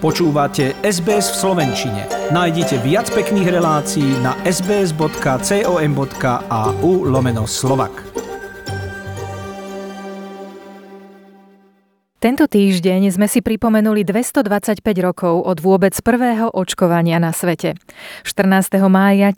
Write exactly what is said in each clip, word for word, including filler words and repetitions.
Počúvate es bé es v slovenčine. Nájdite viac pekných relácií na sbs.com.au lomeno Slovak. Tento týždeň sme si pripomenuli dvestodvadsaťpäť rokov od vôbec prvého očkovania na svete. štrnásteho mája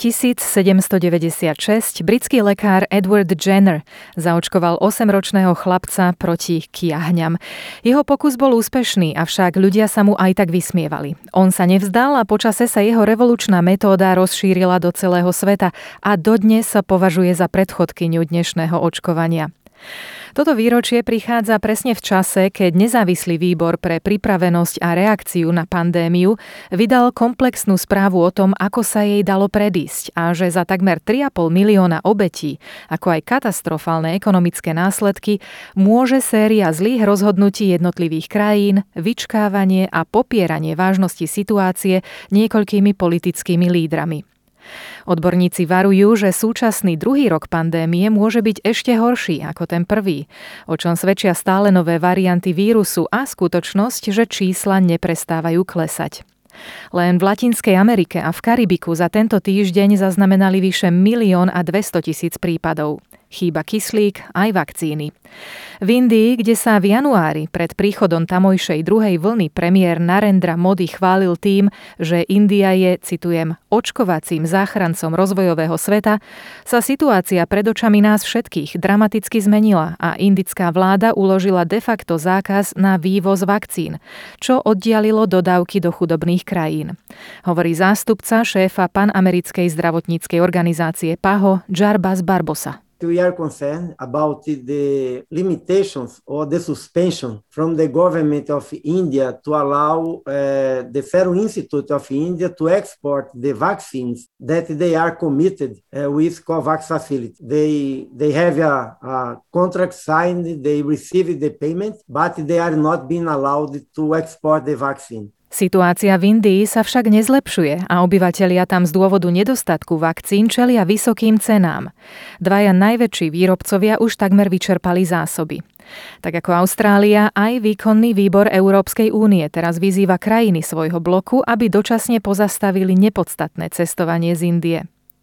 tisícsedemstodeväťdesiatšesť britský lekár Edward Jenner zaočkoval osemročného chlapca proti kiahňam. Jeho pokus bol úspešný, avšak ľudia sa mu aj tak vysmievali. On sa nevzdal a počase sa jeho revolučná metóda rozšírila do celého sveta a dodnes sa považuje za predchodkyňu dnešného očkovania. Toto výročie prichádza presne v čase, keď nezávislý výbor pre pripravenosť a reakciu na pandémiu vydal komplexnú správu o tom, ako sa jej dalo predísť a že za takmer tri a pol milióna obetí, ako aj katastrofálne ekonomické následky, môže séria zlých rozhodnutí jednotlivých krajín, vyčkávanie a popieranie vážnosti situácie niekoľkými politickými lídrami. Odborníci varujú, že súčasný druhý rok pandémie môže byť ešte horší ako ten prvý, o čom svedčia stále nové varianty vírusu a skutočnosť, že čísla neprestávajú klesať. Len v Latinskej Amerike a v Karibiku za tento týždeň zaznamenali vyše milión a dvestotisíc prípadov. Chýba kyslík aj vakcíny. V Indii, kde sa v januári pred príchodom tamojšej druhej vlny premiér Narendra Modi chválil tým, že India je, citujem, očkovacím záchrancom rozvojového sveta, sa situácia pred očami nás všetkých dramaticky zmenila a indická vláda uložila de facto zákaz na vývoz vakcín, čo oddialilo dodávky do chudobných krajín. Hovorí zástupca šéfa panamerickej zdravotníckej organizácie PAHO Jarbas Barbosa. We are concerned about the limitations or the suspension from the government of India to allow uh, the Serum Institute of India to export the vaccines that they are committed uh, with COVAX facility. They they have a, a contract signed, they receive the payment, but they are not being allowed to export the vaccine. Situácia v Indii sa však nezlepšuje a obyvatelia tam z dôvodu nedostatku vakcín čelia vysokým cenám. Dvaja najväčší výrobcovia už takmer vyčerpali zásoby. Tak ako Austrália, aj výkonný výbor Európskej únie teraz vyzýva krajiny svojho bloku, aby dočasne pozastavili nepodstatné cestovanie z Indie.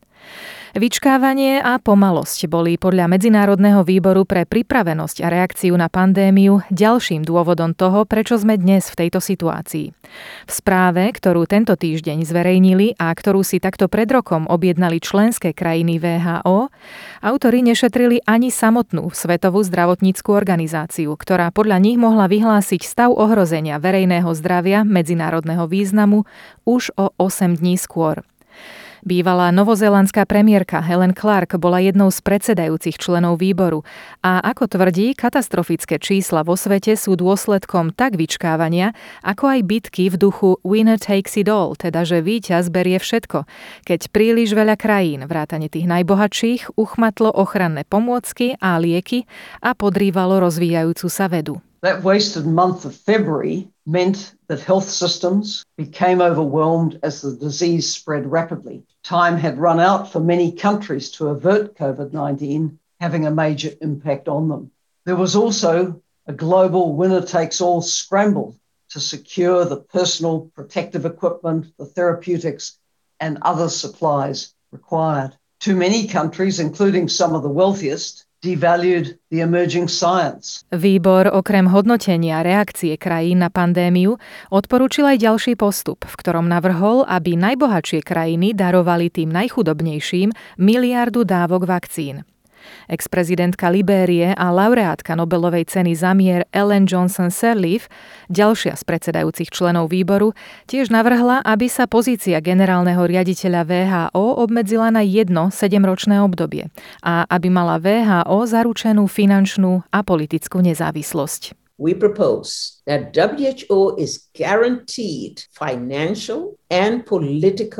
Vyčkávanie a pomalosť boli podľa Medzinárodného výboru pre pripravenosť a reakciu na pandémiu ďalším dôvodom toho, prečo sme dnes v tejto situácii. V správe, ktorú tento týždeň zverejnili a ktorú si takto pred rokom objednali členské krajiny vé há ó, autori nešetrili ani samotnú Svetovú zdravotnícku organizáciu, ktorá podľa nich mohla vyhlásiť stav ohrozenia verejného zdravia medzinárodného významu už o osem dní skôr. Bývalá novozélandská premiérka Helen Clark bola jednou z predsedajúcich členov výboru a ako tvrdí, katastrofické čísla vo svete sú dôsledkom tak vyčkávania, ako aj bitky v duchu winner takes it all, teda že víťaz berie všetko, keď príliš veľa krajín, vrátane tých najbohatších, uchmatlo ochranné pomôcky a lieky a podrývalo rozvíjajúcu sa vedu. That wasted month of February meant that health systems became overwhelmed as the disease spread rapidly. Time had run out for many countries to avert COVID nineteen, having a major impact on them. There was also a global winner-takes-all scramble to secure the personal protective equipment, the therapeutics, and other supplies required. Too many countries, including some of the wealthiest, devalued the emerging science. Výbor okrem hodnotenia reakcie krajín na pandémiu odporúčil aj ďalší postup, v ktorom navrhol, aby najbohatšie krajiny darovali tým najchudobnejším miliardu dávok vakcín. Ex-prezidentka Libérie a laureátka Nobelovej ceny za mier Ellen Johnson Sirleaf, ďalšia z predsedajúcich členov výboru, tiež navrhla, aby sa pozícia generálneho riaditeľa vé há ó obmedzila na jedno sedemročné obdobie a aby mala vé há ó zaručenú finančnú a politickú nezávislosť. We propose that W H O is guaranteed financial and political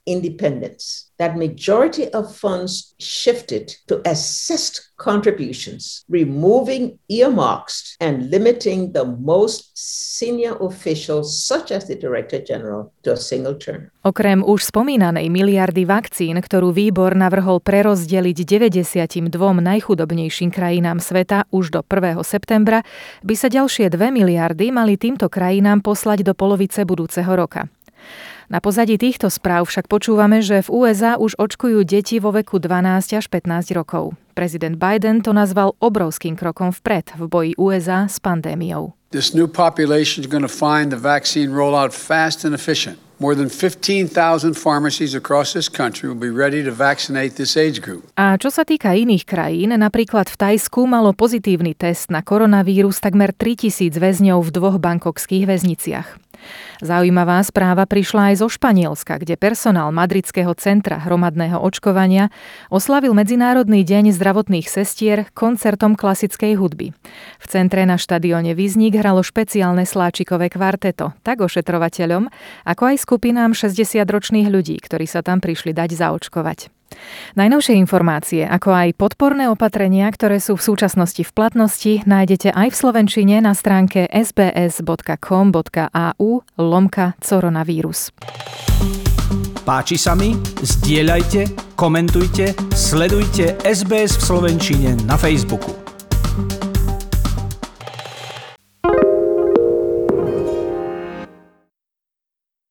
independence, that majority of funds shifted to assessed contributions, removing earmarks and limiting the most senior officials, such as the Director General, to a single term. Okrem už spomínanej miliardy vakcín, ktorú výbor navrhol prerozdeliť deväťdesiatdva najchudobnejším krajinám sveta už do prvého septembra, by sa ďalšie dve miliardy mali týmto krajinám poslať do polovice budúceho roka. Na pozadí týchto správ však počúvame, že v ú es á už očkujú deti vo veku dvanásť až pätnásť rokov. Prezident Biden to nazval obrovským krokom vpred v boji ú es á s pandémiou. This new population is going to find the vaccine rollout fast and efficient. More than fifteen thousand pharmacies across this country will be ready to vaccinate this age group. A čo sa týka iných krajín, napríklad v Thajsku malo pozitívny test na koronavírus takmer tritisíc väzňov v dvoch bangkokských väzniciach. Zaujímavá správa prišla aj zo Španielska, kde personál Madridského centra hromadného očkovania oslavil Medzinárodný deň zdravotných sestier koncertom klasickej hudby. V centre na štadióne Vizník hralo špeciálne sláčikové kvarteto, tak ošetrovateľom, ako aj skupinám šesťdesiatročných ľudí, ktorí sa tam prišli dať zaočkovať. Najnovšie informácie, ako aj podporné opatrenia, ktoré sú v súčasnosti v platnosti, nájdete aj v slovenčine na stránke sbs.com.au lomka coronavírus. Páči sa mi? Zdieľajte, komentujte, sledujte es bé es v slovenčine na Facebooku.